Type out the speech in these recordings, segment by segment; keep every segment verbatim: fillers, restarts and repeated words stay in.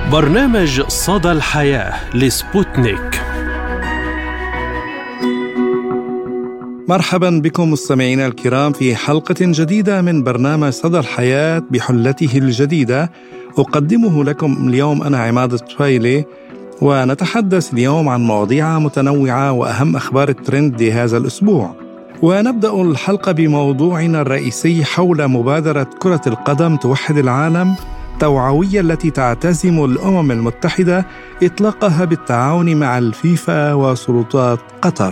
برنامج صدى الحياة لسبوتنيك. مرحبا بكم مستمعينا الكرام في حلقة جديدة من برنامج صدى الحياة بحلته الجديدة. أقدمه لكم اليوم أنا عماد الطفيلي، ونتحدث اليوم عن مواضيع متنوعة وأهم أخبار الترند لهذا الأسبوع. ونبدأ الحلقة بموضوعنا الرئيسي حول مبادرة كرة القدم توحد العالم توعوية التي تعتزم الأمم المتحدة إطلاقها بالتعاون مع الفيفا وسلطات قطر.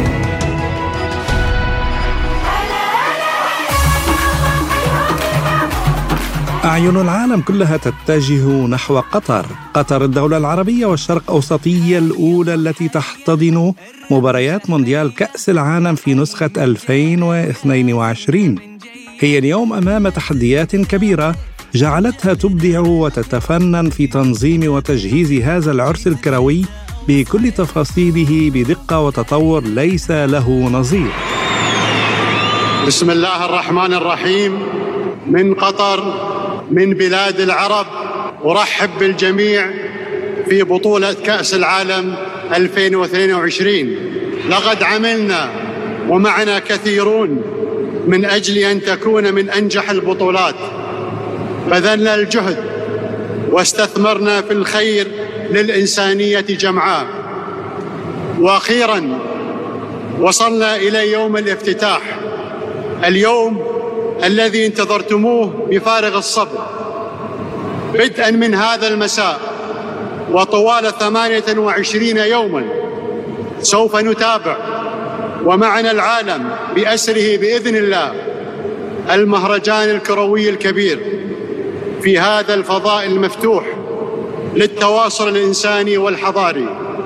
أعين العالم كلها تتجه نحو قطر. قطر الدولة العربية والشرق أوسطية الأولى التي تحتضن مباريات مونديال كأس العالم في نسخة ألفين واثنين وعشرين. هي اليوم أمام تحديات كبيرة جعلتها تبدع وتتفنن في تنظيم وتجهيز هذا العرس الكروي بكل تفاصيله بدقة وتطور ليس له نظير. بسم الله الرحمن الرحيم. من قطر، من بلاد العرب، أرحب بالجميع في بطولة كأس العالم ألفين واثنين وعشرين. لقد عملنا ومعنا كثيرون من أجل أن تكون من أنجح البطولات. بذلنا الجهد واستثمرنا في الخير للإنسانية جمعاء، وأخيراً وصلنا إلى يوم الافتتاح، اليوم الذي انتظرتموه بفارغ الصبر. بدءاً من هذا المساء وطوال ثمانية وعشرين يوماً سوف نتابع ومعنا العالم بأسره بإذن الله المهرجان الكروي الكبير في هذا الفضاء المفتوح للتواصل الإنساني والحضاري.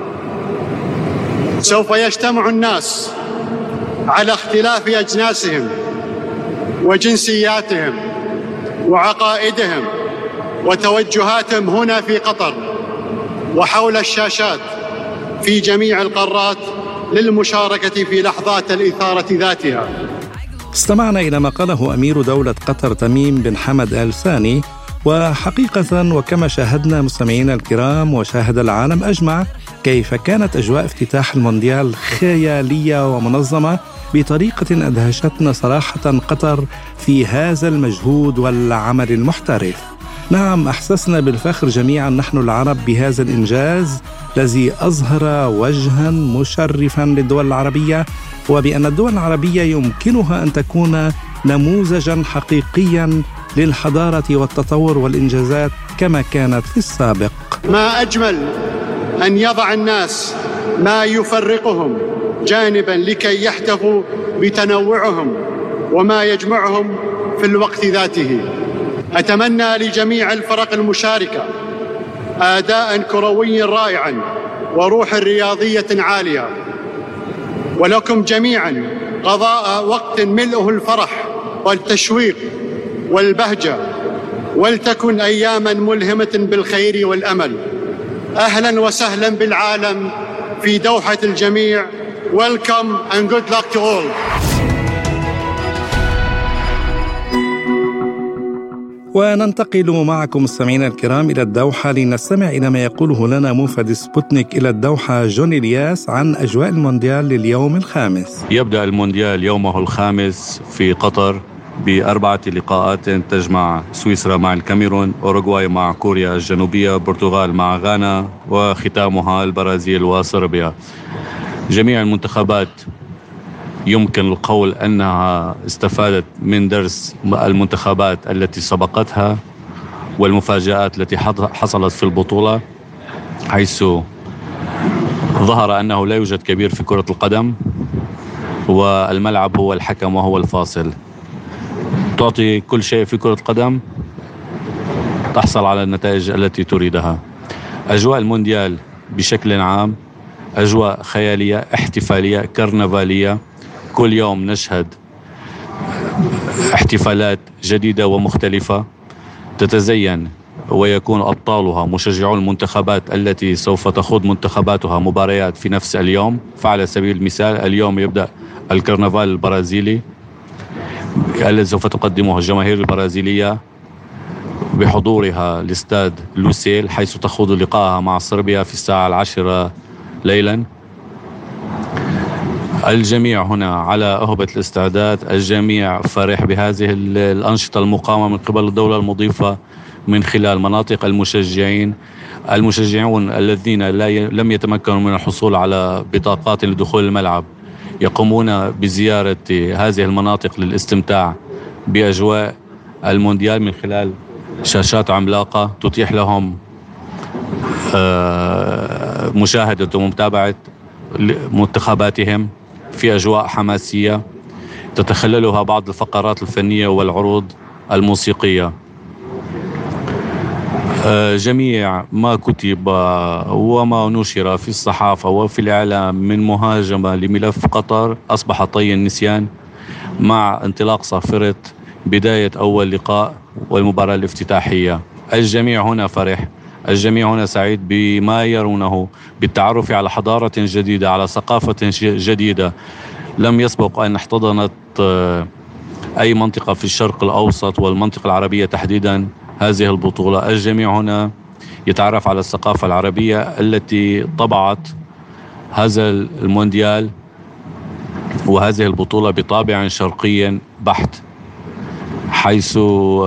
سوف يجتمع الناس على اختلاف أجناسهم وجنسياتهم وعقائدهم وتوجهاتهم هنا في قطر وحول الشاشات في جميع القارات للمشاركة في لحظات الإثارة ذاتها. استمعنا إلى ما قاله أمير دولة قطر تميم بن حمد آل ثاني، وحقيقة وكما شاهدنا مستمعينا الكرام وشاهد العالم أجمع كيف كانت أجواء افتتاح المونديال خيالية ومنظمة بطريقة أدهشتنا صراحة قطر في هذا المجهود والعمل المحترف. نعم، أحسسنا بالفخر جميعا نحن العرب بهذا الإنجاز الذي أظهر وجها مشرفا للدول العربية، وبأن الدول العربية يمكنها أن تكون نموذجا حقيقيا للحضارة والتطور والإنجازات كما كانت في السابق. ما أجمل أن يضع الناس ما يفرقهم جانبا لكي يحتفوا بتنوعهم وما يجمعهم في الوقت ذاته. أتمنى لجميع الفرق المشاركة أداء كروي رائعا وروح رياضية عالية، ولكم جميعا قضاء وقت ملئه الفرح والتشويق والبهجة، ولتكن أياما ملهمة بالخير والأمل. أهلا وسهلا بالعالم في دوحة الجميع. Welcome and good luck to all. وننتقل معكم مستمعينا الكرام إلى الدوحة لنستمع إلى ما يقوله لنا موفد سبوتنيك إلى الدوحة جوني الياس عن أجواء المونديال لليوم الخامس. يبدأ المونديال يومه الخامس في قطر بأربعة لقاءات تجمع سويسرا مع الكاميرون، أوروغواي مع كوريا الجنوبية، البرتغال مع غانا، وختامها البرازيل وصربيا. جميع المنتخبات يمكن القول أنها استفادت من درس المنتخبات التي سبقتها والمفاجآت التي حصلت في البطولة، حيث ظهر أنه لا يوجد كبير في كرة القدم والملعب هو الحكم وهو الفاصل. تعطي كل شيء في كرة القدم تحصل على النتائج التي تريدها. أجواء المونديال بشكل عام أجواء خيالية احتفالية كرنفالية. كل يوم نشهد احتفالات جديدة ومختلفة تتزين ويكون أبطالها مشجعون المنتخبات التي سوف تخوض منتخباتها مباريات في نفس اليوم. فعلى سبيل المثال اليوم يبدأ الكرنفال البرازيلي الذي سوف تقدمه الجماهير البرازيلية بحضورها لاستاد لوسيل، حيث تخوض لقاءها مع صربيا في الساعة العاشرة ليلا. الجميع هنا على أهبة الاستعداد، الجميع فرح بهذه الأنشطة المقامة من قبل الدولة المضيفة من خلال مناطق المشجعين. المشجعون الذين لا لم يتمكنوا من الحصول على بطاقات لدخول الملعب يقومون بزيارة هذه المناطق للاستمتاع بأجواء المونديال من خلال شاشات عملاقة تتيح لهم مشاهدة ومتابعة منتخباتهم في أجواء حماسية تتخللها بعض الفقرات الفنية والعروض الموسيقية. جميع ما كتب وما نشر في الصحافة وفي الإعلام من مهاجمة لملف قطر أصبح طي النسيان مع انطلاق صافرة بداية أول لقاء والمباراة الافتتاحية. الجميع هنا فرح، الجميع هنا سعيد بما يرونه بالتعرف على حضارة جديدة، على ثقافة جديدة لم يسبق أن احتضنت أي منطقة في الشرق الأوسط والمنطقة العربية تحديدا هذه البطولة. الجميع هنا يتعرف على الثقافة العربية التي طبعت هذا المونديال وهذه البطولة بطابع شرقي بحت، حيث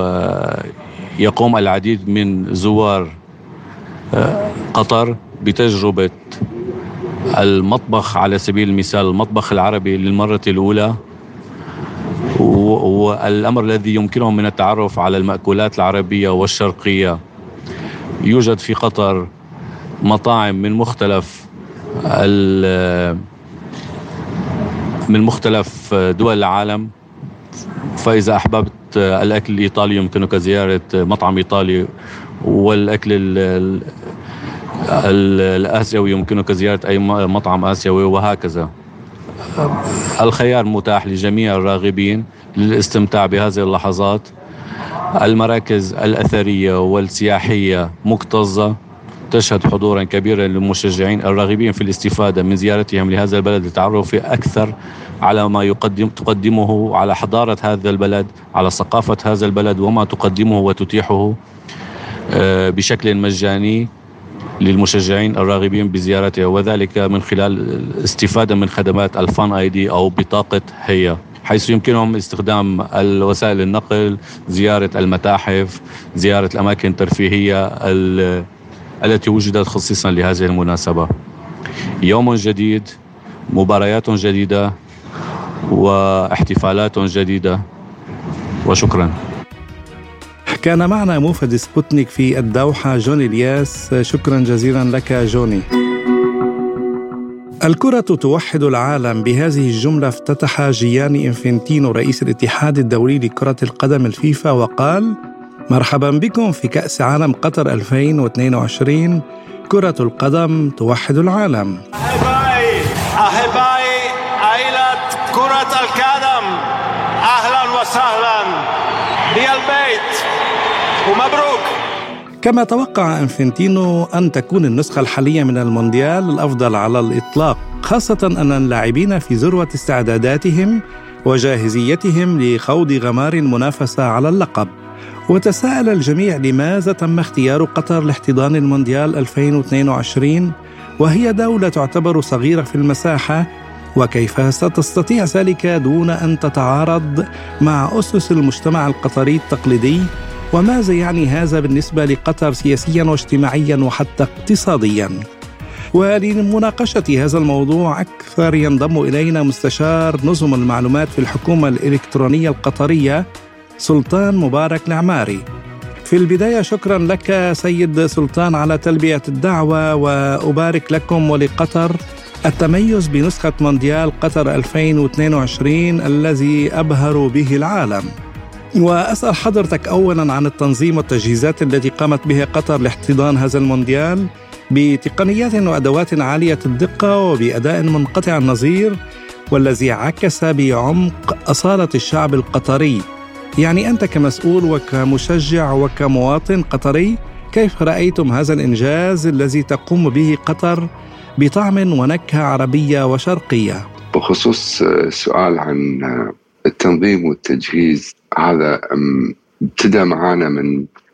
يقوم العديد من زوار قطر بتجربة المطبخ، على سبيل المثال المطبخ العربي للمرة الأولى، والأمر الذي يمكنهم من التعرف على المأكولات العربية والشرقية. يوجد في قطر مطاعم من مختلف من مختلف دول العالم، فإذا أحببت الأكل الإيطالي يمكنك زيارة مطعم إيطالي، والأكل الآسيوي يمكنك زيارة أي مطعم آسيوي، وهكذا. الخيار متاح لجميع الراغبين للاستمتاع بهذه اللحظات. المراكز الأثرية والسياحية مكتظة، تشهد حضورا كبيرا للمشجعين الراغبين في الاستفادة من زيارتهم لهذا البلد للتعرف أكثر على ما يقدم تقدمه، على حضارة هذا البلد، على ثقافة هذا البلد وما تقدمه وتتيحه بشكل مجاني للمشجعين الراغبين بزيارته، وذلك من خلال استفادة من خدمات الفان اي دي أو بطاقة هي، حيث يمكنهم استخدام الوسائل النقل، زيارة المتاحف، زيارة الأماكن الترفيهية التي وجدت خصيصا لهذه المناسبة. يوم جديد، مباريات جديدة، واحتفالات جديدة، وشكرا. كان معنا موفد سبوتنيك في الدوحة جوني الياس. شكرا جزيلا لك جوني. الكرة توحد العالم، بهذه الجملة افتتح جياني إنفانتينو رئيس الاتحاد الدولي لكرة القدم الفيفا وقال: مرحبا بكم في كأس عالم قطر ألفين واثنين وعشرين، كرة القدم توحد العالم. أحبائي أحبائي عائلة كرة القدم، أهلا وسهلا بالبيت ومبروك. كما توقع إنفانتينو أن تكون النسخة الحالية من المونديال الأفضل على الإطلاق، خاصة أن اللاعبين في ذروة استعداداتهم وجاهزيتهم لخوض غمار المنافسة على اللقب. وتساءل الجميع لماذا تم اختيار قطر لاحتضان المونديال ألفين واثنين وعشرين وهي دولة تعتبر صغيرة في المساحة، وكيف ستستطيع ذلك دون أن تتعارض مع أسس المجتمع القطري التقليدي، وماذا يعني هذا بالنسبة لقطر سياسيا واجتماعيا وحتى اقتصاديا. ولمناقشة هذا الموضوع أكثر ينضم إلينا مستشار نظم المعلومات في الحكومة الإلكترونية القطرية سلطان مبارك العماري. في البداية شكرا لك سيد سلطان على تلبية الدعوة، وأبارك لكم ولقطر التميز بنسخة مونديال قطر ألفين واثنين وعشرين الذي أبهروا به العالم. وأسأل حضرتك أولا عن التنظيم والتجهيزات التي قامت بها قطر لاحتضان هذا المونديال بتقنيات وأدوات عالية الدقة وبأداء منقطع النظير، والذي عكس بعمق أصالة الشعب القطري. يعني أنت كمسؤول وكمشجع وكمواطن قطري، كيف رأيتم هذا الإنجاز الذي تقوم به قطر بطعم ونكهة عربية وشرقية؟ بخصوص السؤال عن التنظيم والتجهيز، هذا ابتدى معانا من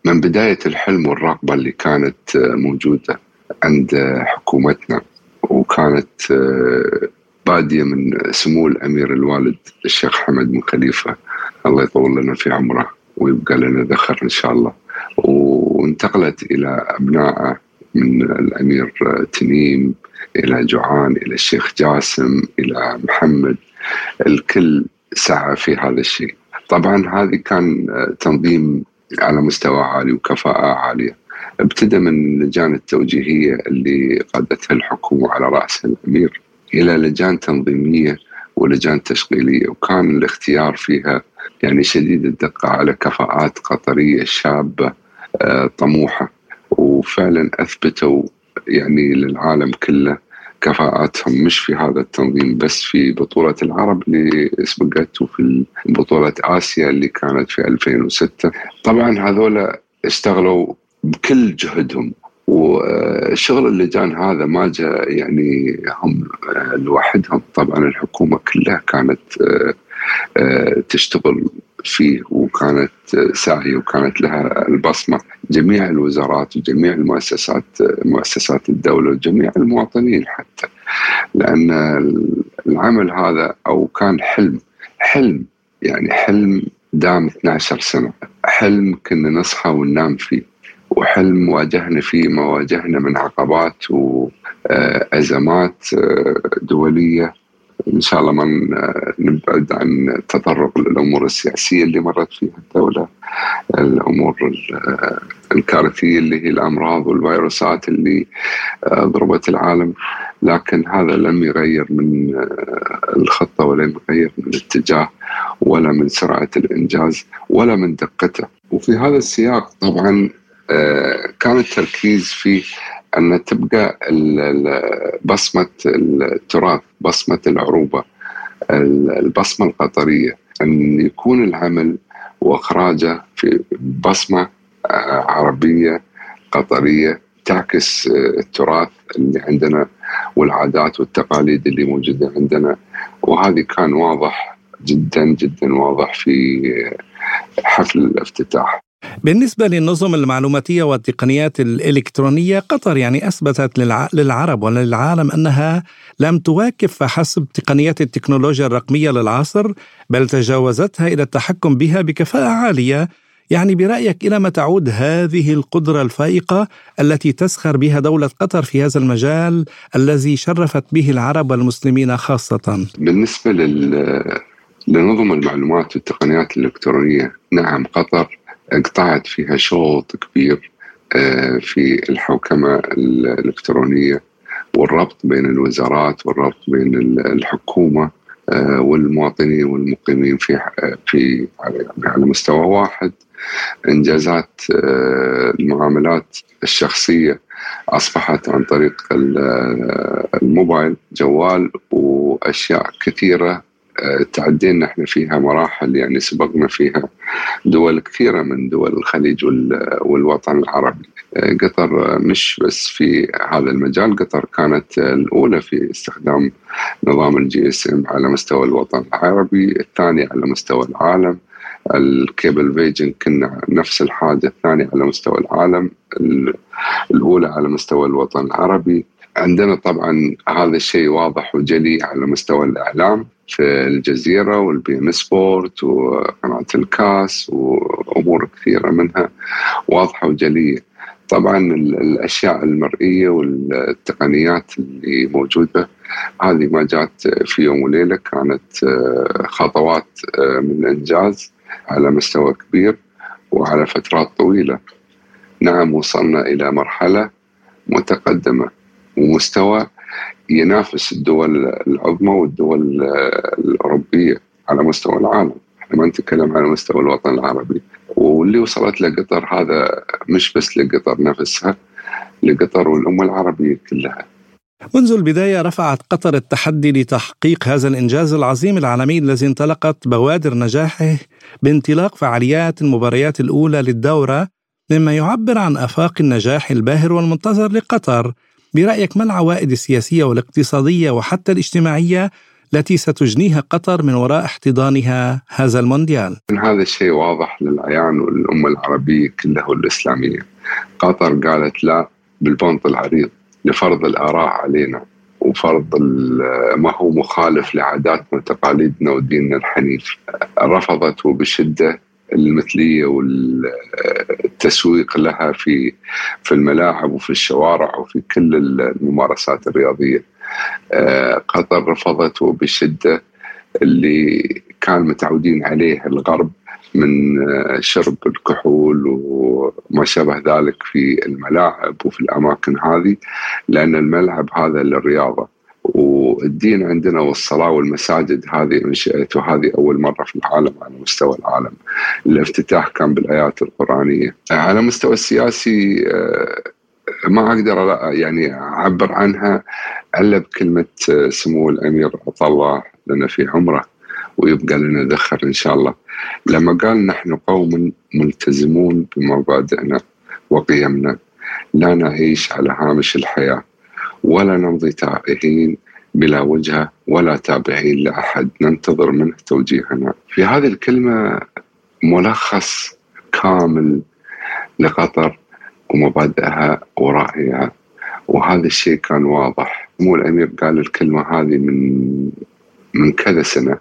من بداية الحلم والرغبة اللي كانت موجودة عند حكومتنا، وكانت بادية من سمو الأمير الوالد الشيخ حمد بن خليفة الله يطول لنا في عمره ويبقى لنا ذخر إن شاء الله، وانتقلت إلى أبنائه من الأمير تميم إلى جوعان إلى الشيخ جاسم إلى محمد. الكل سعى في هذا الشيء. طبعا هذه كان تنظيم على مستوى عالي وكفاءة عالية. ابتدى من اللجان التوجيهية اللي قادتها الحكومة على رأس الأمير إلى لجان تنظيمية ولجان تشغيلية، وكان الاختيار فيها يعني شديد الدقة على كفاءات قطرية شابة طموحة، وفعلا أثبتوا يعني للعالم كله كفاءاتهم، مش في هذا التنظيم بس، في بطولة العرب اللي سبقت وفي بطولة آسيا اللي كانت في ألفين وستة. طبعا هذولا اشتغلوا بكل جهدهم، وشغل اللجان هذا ما جاء يعني هم لوحدهم، طبعا الحكومة كلها كانت تشتغل فيه وكانت ساعية وكانت لها البصمة. جميع الوزارات وجميع المؤسسات مؤسسات الدولة وجميع المواطنين حتى، لأن العمل هذا أو كان حلم حلم يعني حلم دام اثنتي عشرة سنة، حلم كنا نصحى وننام فيه، وحلم واجهنا فيه ما واجهنا من عقبات وأزمات دولية. إن شاء الله ما نبعد عن التطرق للأمور السياسية اللي مرت فيها الدولة، الأمور الكارثية اللي هي الأمراض والفيروسات اللي ضربت العالم، لكن هذا لم يغير من الخطة ولم يغير من الاتجاه ولا من سرعة الإنجاز ولا من دقته. وفي هذا السياق طبعا كان التركيز في أن تبقى بصمة التراث، بصمة العروبة، البصمة القطرية، أن يكون العمل وإخراجه في بصمة عربية قطرية تعكس التراث اللي عندنا والعادات والتقاليد اللي موجودة عندنا. وهذه كان واضح جدا جدا واضح في حفل الافتتاح. بالنسبة للنظم المعلوماتية والتقنيات الإلكترونية، قطر يعني أثبتت للعرب وللعالم أنها لم تواكب فحسب تقنيات التكنولوجيا الرقمية للعصر، بل تجاوزتها إلى التحكم بها بكفاءة عالية. يعني برأيك إلى ما تعود هذه القدرة الفائقة التي تسخر بها دولة قطر في هذا المجال الذي شرفت به العرب والمسلمين خاصة؟ بالنسبة لل... لنظم المعلومات والتقنيات الإلكترونية، نعم قطر اقطعت فيها شوط كبير في الحوكمة الإلكترونية والربط بين الوزارات والربط بين الحكومة والمواطنين والمقيمين في في على مستوى واحد. إنجازات المعاملات الشخصية أصبحت عن طريق الموبايل جوال، وأشياء كثيرة تعدينا احنا فيها مراحل، يعني سبقنا فيها دول كثيرة من دول الخليج والوطن العربي. قطر مش بس في هذا المجال، قطر كانت الأولى في استخدام نظام الجي اس ام على مستوى الوطن العربي، الثاني على مستوى العالم. الكيبل فيجن كنا نفس الحاجة، الثاني على مستوى العالم، الأولى على مستوى الوطن العربي. عندنا طبعا هذا الشيء واضح وجلي على مستوى الإعلام في الجزيرة والبي ام سبورت وقناة الكاس وأمور كثيرة منها واضحة وجلية. طبعا الأشياء المرئية والتقنيات اللي موجودة هذه ما جات في يوم وليلة، كانت خطوات من إنجاز على مستوى كبير وعلى فترات طويلة. نعم وصلنا إلى مرحلة متقدمة ومستوى ينافس الدول العظمى والدول الأوروبية على مستوى العالم. احنا ما نتكلم على مستوى الوطن العربي، واللي وصلت لقطر هذا مش بس لقطر نفسها، لقطر والأمة العربية كلها. منذ البداية رفعت قطر التحدي لتحقيق هذا الإنجاز العظيم العالمي الذي انطلقت بوادر نجاحه بانطلاق فعاليات المباريات الأولى للدورة، مما يعبر عن آفاق النجاح الباهر والمنتظر لقطر. برأيك ما العوائد السياسية والاقتصادية وحتى الاجتماعية التي ستجنيها قطر من وراء احتضانها هذا المونديال. هذا الشيء واضح للعيان والأمة العربية كلها والإسلامية. قطر قالت لا بالبنط العريض لفرض الآراء علينا وفرض ما هو مخالف لعاداتنا وتقاليدنا وديننا الحنيف. رفضته بشدة المثلية والتسويق لها في في الملاعب وفي الشوارع وفي كل الممارسات الرياضية. قطر رفضته بشدة اللي كان متعودين عليه الغرب من شرب الكحول وما شابه ذلك في الملاعب وفي الأماكن هذه، لأن الملعب هذا للرياضة والدين عندنا والصلاة والمساجد هذه انشئت، وهذه أول مرة في العالم على مستوى العالم. الافتتاح كان بالآيات القرآنية. على مستوى السياسي ما أقدر يعني أعبر عنها إلا بكلمة سمو الأمير عطا الله لنا في عمره ويبقى لنا ذخر إن شاء الله، لما قال نحن قوم ملتزمون بمبادئنا وقيمنا، لا نعيش على هامش الحياة ولا نمضي تائهين بلا وجهة ولا تابعين لأحد ننتظر منه توجيهنا. في هذه الكلمة ملخص كامل لقطر ومبادئها ورأيها، وهذا الشيء كان واضح. مو الأمير قال الكلمة هذه من من كذا سنة،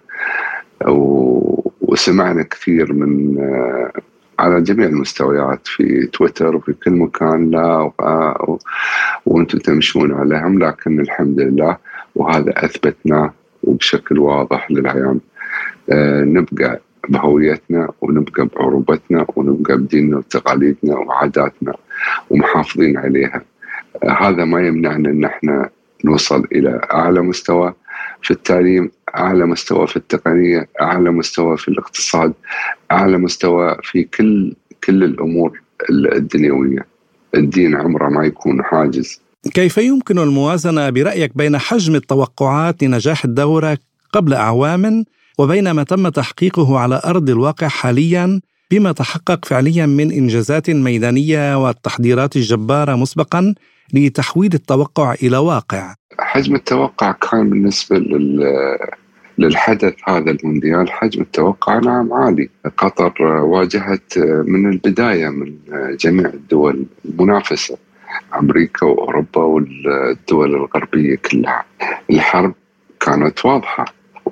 وسمعنا كثير من على جميع المستويات في تويتر وفي كل مكان لا وانتم تمشون عليهم، لكن الحمد لله وهذا أثبتناه وبشكل واضح للعيان. آه نبقى بهويتنا ونبقى بعروبتنا ونبقى بديننا وتقاليدنا وعاداتنا ومحافظين عليها. آه هذا ما يمنعنا ان احنا نوصل الى اعلى مستوى في التعليم، اعلى مستوى في التقنية، اعلى مستوى في الاقتصاد، اعلى مستوى في كل كل الامور الدنيوية. الدين عمره ما يكون حاجز. كيف يمكن الموازنة برأيك بين حجم التوقعات لنجاح الدورة قبل أعوام وبين ما تم تحقيقه على أرض الواقع حالياً بما تحقق فعلياً من إنجازات ميدانية والتحضيرات الجبارة مسبقاً لتحويل التوقع إلى واقع؟ حجم التوقع كان بالنسبة للحدث هذا المونديال حجم التوقع نعم عالي. قطر واجهت من البداية من جميع الدول المنافسة، أمريكا وأوروبا والدول الغربية كلها. الحرب كانت واضحة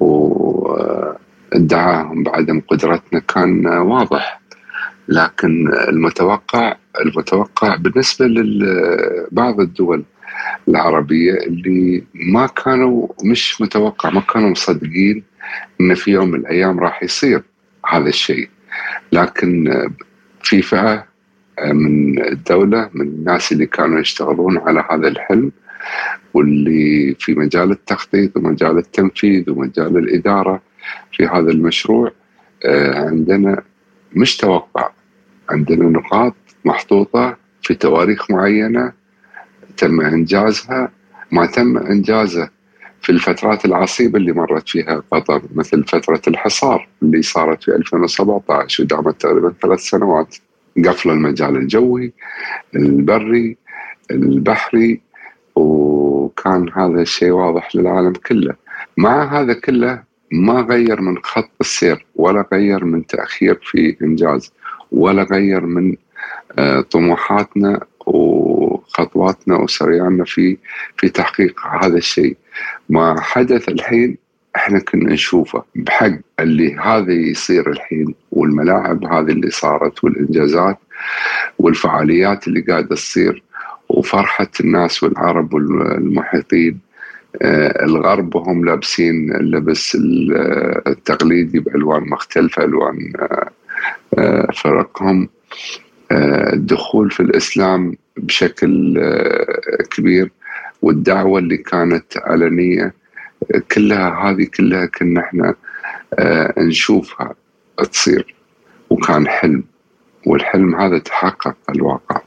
وادعاهم بعدم قدرتنا كان واضح، لكن المتوقع المتوقع بالنسبة لبعض الدول العربية اللي ما كانوا مش متوقع ما كانوا مصدقين إن في يوم من الأيام راح يصير هذا الشيء، لكن في فئة من الدولة من الناس اللي كانوا يشتغلون على هذا الحلم واللي في مجال التخطيط ومجال التنفيذ ومجال الإدارة في هذا المشروع. عندنا مش توقع، عندنا نقاط محطوطة في تواريخ معينة تم إنجازها، ما تم إنجازه في الفترات العصيبة اللي مرت فيها قطر، مثل فترة الحصار اللي صارت في ألفين وسبعة عشر ودامت تقريبا ثلاث سنوات، قفل المجال الجوي البري البحري، وكان هذا الشيء واضح للعالم كله. مع هذا كله ما غير من خط السير ولا غير من تأخير في إنجاز ولا غير من طموحاتنا وخطواتنا وسريعنا في في تحقيق هذا الشيء. ما حدث الحين احنا كنا نشوفه بحق اللي هذا يصير الحين، والملاعب هذه اللي صارت والإنجازات والفعاليات اللي قاعدة تصير وفرحة الناس والعرب والمحيطين. آه الغرب وهم لابسين اللبس التقليدي بألوان مختلفة، ألوان آه آه فرقهم. آه الدخول في الإسلام بشكل آه كبير والدعوة اللي كانت علنية كلها هذه كلها كنا احنا آه نشوفها تصير، وكان حلم والحلم هذا تحقق الواقع.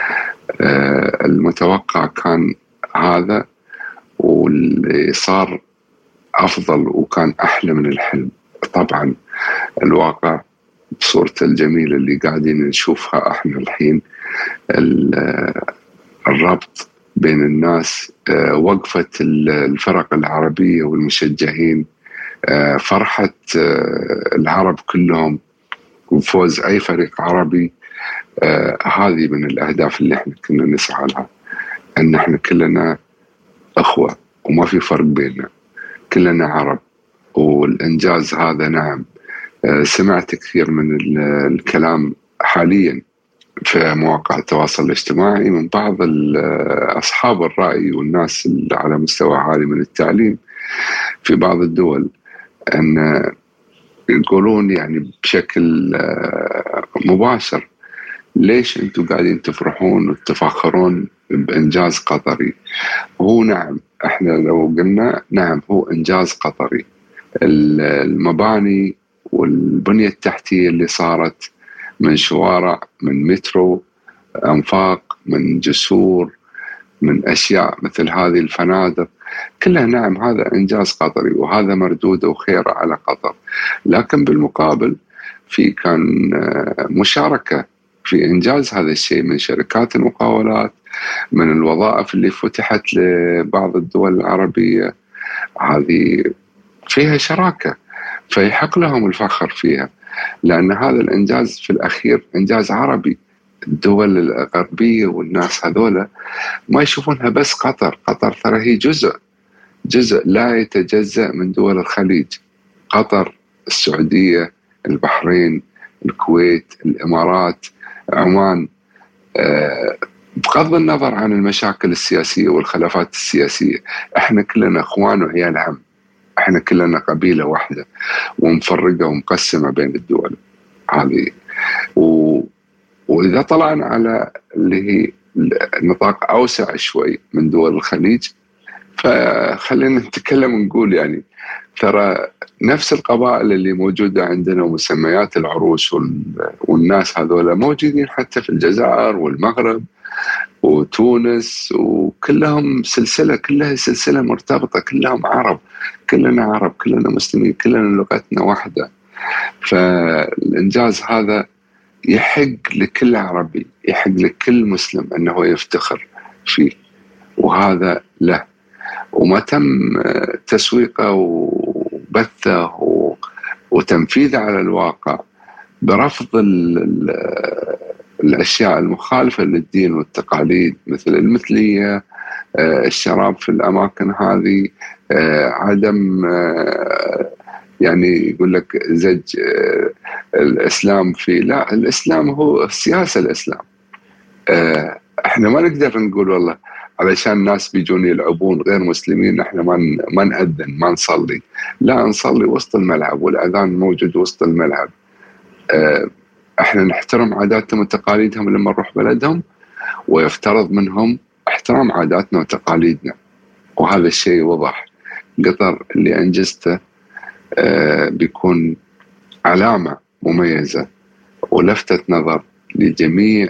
آه المتوقع كان هذا واللي صار أفضل وكان أحلى من الحلم. طبعا الواقع بصورته الجميلة اللي قاعدين نشوفها احنا الحين، الربط بين الناس، وقفة الفرق العربية والمشجعين، فرحة العرب كلهم وفوز أي فريق عربي. هذه من الأهداف اللي احنا كنا نسعى لها، أن احنا كلنا أخوة وما في فرق بيننا، كلنا عرب. والإنجاز هذا نعم سمعت كثير من الكلام حاليا في مواقع التواصل الاجتماعي من بعض أصحاب الرأي والناس على مستوى عالي من التعليم في بعض الدول، أن يقولون يعني بشكل مباشر ليش أنتم قاعدين تفرحون وتفاخرون بإنجاز قطري؟ هو نعم احنا لو قلنا نعم هو إنجاز قطري. المباني والبنية التحتية اللي صارت من شوارع، من مترو، أنفاق، من جسور، من أشياء مثل هذه الفنادق، كلها نعم هذا إنجاز قطري وهذا مردود وخير على قطر. لكن بالمقابل في كان مشاركة في إنجاز هذا الشيء من شركات المقاولات، من الوظائف اللي فتحت لبعض الدول العربية، هذه فيها شراكة فيحق لهم الفخر فيها، لأن هذا الإنجاز في الأخير إنجاز عربي. الدول الغربية والناس هذولا ما يشوفونها بس قطر، قطر ترى هي جزء جزء لا يتجزأ من دول الخليج. قطر، السعودية، البحرين، الكويت، الإمارات، عمان، أه بغض النظر عن المشاكل السياسية والخلافات السياسية، احنا كلنا اخوان وعيال عم، احنا كلنا قبيلة واحدة ومفرقة ومقسمة بين الدول هذه. و... وإذا طلعنا على اللي هي نطاق أوسع شوي من دول الخليج، فخلينا نتكلم ونقول يعني ترى نفس القبائل اللي موجودة عندنا ومسميات العروش وال... والناس هذولا موجودين حتى في الجزائر والمغرب وتونس، وكلهم سلسلة، كلها سلسلة مرتبطة، كلهم عرب، كلنا عرب، كلنا مسلمين، كلنا لغتنا واحدة. فالإنجاز هذا يحق لكل عربي، يحق لكل مسلم أنه يفتخر فيه، وهذا له. وما تم تسويقه وبثه وتنفيذه على الواقع برفض الأشياء المخالفة للدين والتقاليد مثل المثلية، الشراب في الأماكن هذه، عدم يعني يقول لك زج الإسلام في، لا، الإسلام هو سياسة الإسلام. احنا ما نقدر نقول والله علشان الناس بيجون يلعبون غير مسلمين احنا ما ما نأذن ما نصلي، لا، نصلي وسط الملعب والأذان موجود وسط الملعب. احنا نحترم عاداتهم وتقاليدهم لما نروح بلدهم، ويفترض منهم احترام عاداتنا وتقاليدنا، وهذا الشيء وضح. قطر اللي أنجزته اه بيكون علامة مميزة ولفتت نظر لجميع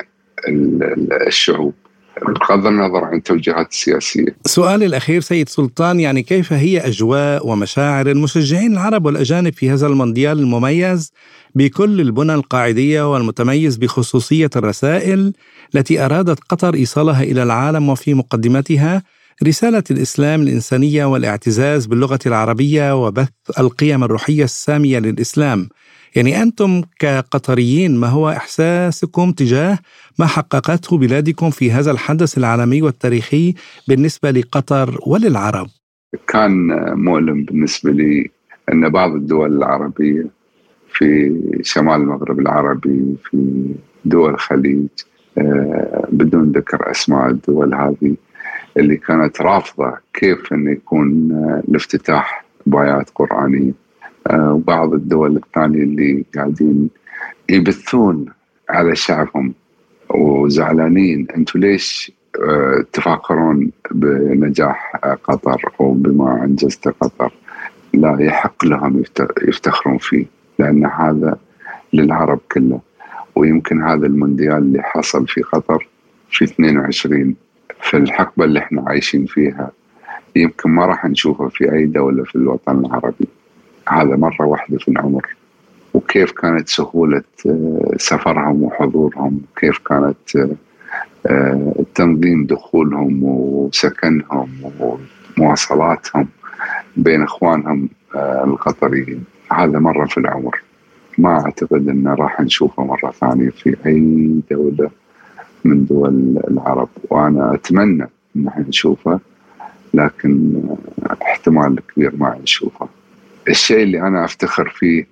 الشعوب بغض النظر عن التوجيهات السياسية. سؤالي الأخير سيد سلطان، يعني كيف هي أجواء ومشاعر المشجعين العرب والأجانب في هذا المونديال المميز بكل البنى القاعدية والمتميز بخصوصية الرسائل التي أرادت قطر إيصالها إلى العالم، وفي مقدمتها رسالة الإسلام الإنسانية والاعتزاز باللغة العربية وبث القيم الروحية السامية للإسلام؟ يعني أنتم كقطريين ما هو إحساسكم تجاه ما حققته بلادكم في هذا الحدث العالمي والتاريخي بالنسبة لقطر وللعرب؟ كان مؤلم بالنسبة لي أن بعض الدول العربية في شمال المغرب العربي، في دول الخليج، بدون ذكر أسماء الدول هذه، اللي كانت رافضة كيف أن يكون الافتتاح بآيات قرآنية، وبعض الدول الثانية اللي قاعدين يبثون على شعبهم وزعلانين أنتوا ليش تفاخرون بنجاح قطر أو بما أنجزت قطر. لا، يحق لهم يفتخرون فيه، لأن هذا للعرب كله. ويمكن هذا المونديال اللي حصل في قطر في اثنين وعشرين في الحقبة اللي احنا عايشين فيها يمكن ما راح نشوفه في أي دولة في الوطن العربي. هذا مرة واحدة في العمر. وكيف كانت سهولة سفرهم وحضورهم، كيف كانت تنظيم دخولهم وسكنهم ومواصلاتهم بين إخوانهم القطريين. هذا مرة في العمر، ما أعتقد أن راح نشوفه مرة ثانية في أي دولة من دول العرب، وأنا أتمنى أن احنا نشوفه، لكن احتمال كبير ما نشوفه. الشيء اللي أنا أفتخر فيه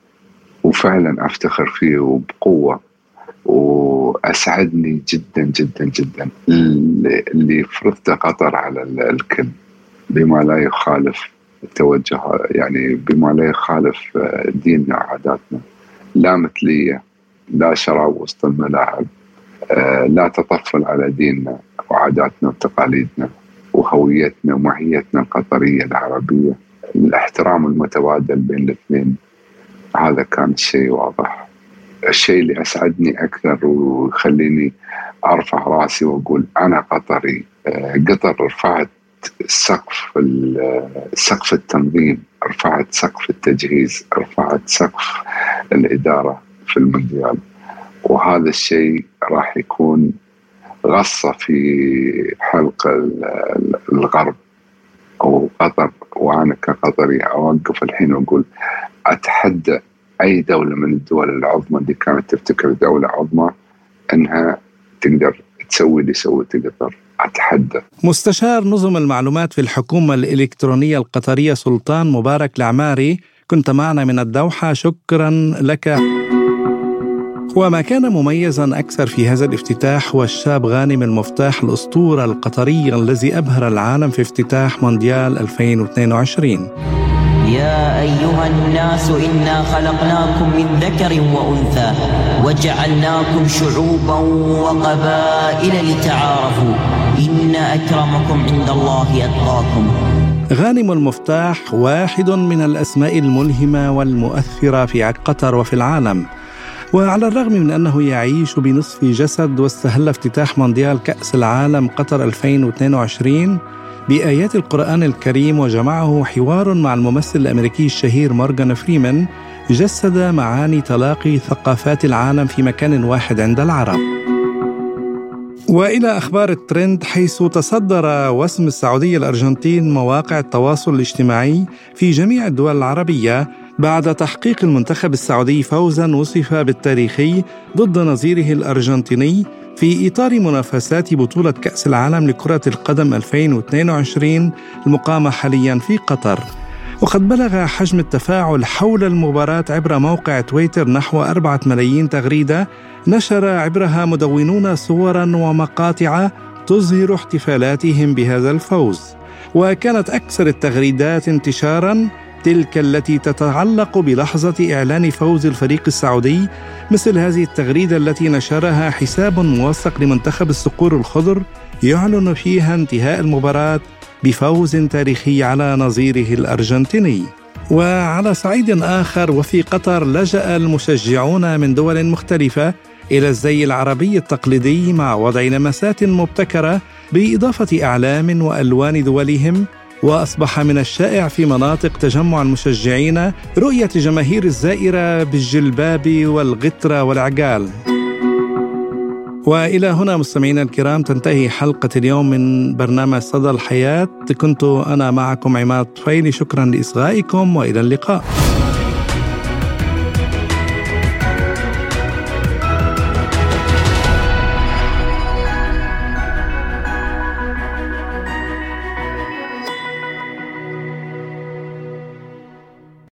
وفعلا أفتخر فيه وبقوة وأسعدني جدا جدا جدا اللي فرضته قطر على الكل بما لا يخالف التوجه، يعني بما لا يخالف ديننا وعاداتنا. لا مثلية، لا شراب وسط الملاعب، لا تطفل على ديننا وعاداتنا وتقاليدنا وهويتنا ومعيتنا القطرية العربية، الاحترام المتبادل بين الاثنين. هذا كان الشيء واضح. الشيء اللي أسعدني أكثر ويخليني أرفع راسي وأقول أنا قطري، قطر رفعت سقف سقف التنظيم، رفعت سقف التجهيز، رفعت سقف الإدارة في المونديال، وهذا الشيء راح يكون غصة في حلق الغرب أو قطر. وأنا كقطري أوقف الحين وأقول أتحدى أي دولة من الدول العظمى اللي كانت تفتكر دولة عظمى أنها تقدر تسوي اللي سوته قطر. أتحدى. مستشار نظم المعلومات في الحكومة الإلكترونية القطرية سلطان مبارك العماري، كنت معنا من الدوحة، شكرا لك. وما كان مميزا أكثر في هذا الافتتاح هو الشاب غانم المفتاح الأسطورة القطري الذي أبهر العالم في افتتاح مونديال ألفين واثنين وعشرين. يا أيها الناس إنا خلقناكم من ذكر وأنثى وجعلناكم شعوبا وقبائل لتعارفوا إن أكرمكم عند الله أتقاكم. غانم المفتاح واحد من الأسماء الملهمة والمؤثرة في قطر وفي العالم، وعلى الرغم من أنه يعيش بنصف جسد واستهل افتتاح مونديال كأس العالم قطر ألفين واثنين وعشرين بآيات القرآن الكريم، وجمعه حوار مع الممثل الأمريكي الشهير مورغان فريمان جسد معاني تلاقي ثقافات العالم في مكان واحد عند العرب. وإلى أخبار الترند، حيث تصدر وسم السعودية الأرجنتين مواقع التواصل الاجتماعي في جميع الدول العربية بعد تحقيق المنتخب السعودي فوزا وصف بالتاريخي ضد نظيره الأرجنتيني في إطار منافسات بطولة كأس العالم لكرة القدم ألفين واثنين وعشرين المقامة حاليا في قطر. وقد بلغ حجم التفاعل حول المباراة عبر موقع تويتر نحو أربعة ملايين تغريدة نشر عبرها مدونون صورا ومقاطع تظهر احتفالاتهم بهذا الفوز. وكانت أكثر التغريدات انتشارا تلك التي تتعلق بلحظة إعلان فوز الفريق السعودي، مثل هذه التغريدة التي نشرها حساب موثق لمنتخب الصقور الخضر يعلن فيها انتهاء المباراة بفوز تاريخي على نظيره الأرجنتيني. وعلى صعيد آخر، وفي قطر لجأ المشجعون من دول مختلفة إلى الزي العربي التقليدي مع وضع لمسات مبتكرة بإضافة أعلام وألوان دولهم، وأصبح من الشائع في مناطق تجمع المشجعين رؤية جماهير الزائرة بالجلباب والغترة والعقال. وإلى هنا مستمعينا الكرام تنتهي حلقة اليوم من برنامج صدى الحياة. كنت أنا معكم عماد طفيلي، شكرا لإصغائكم وإلى اللقاء.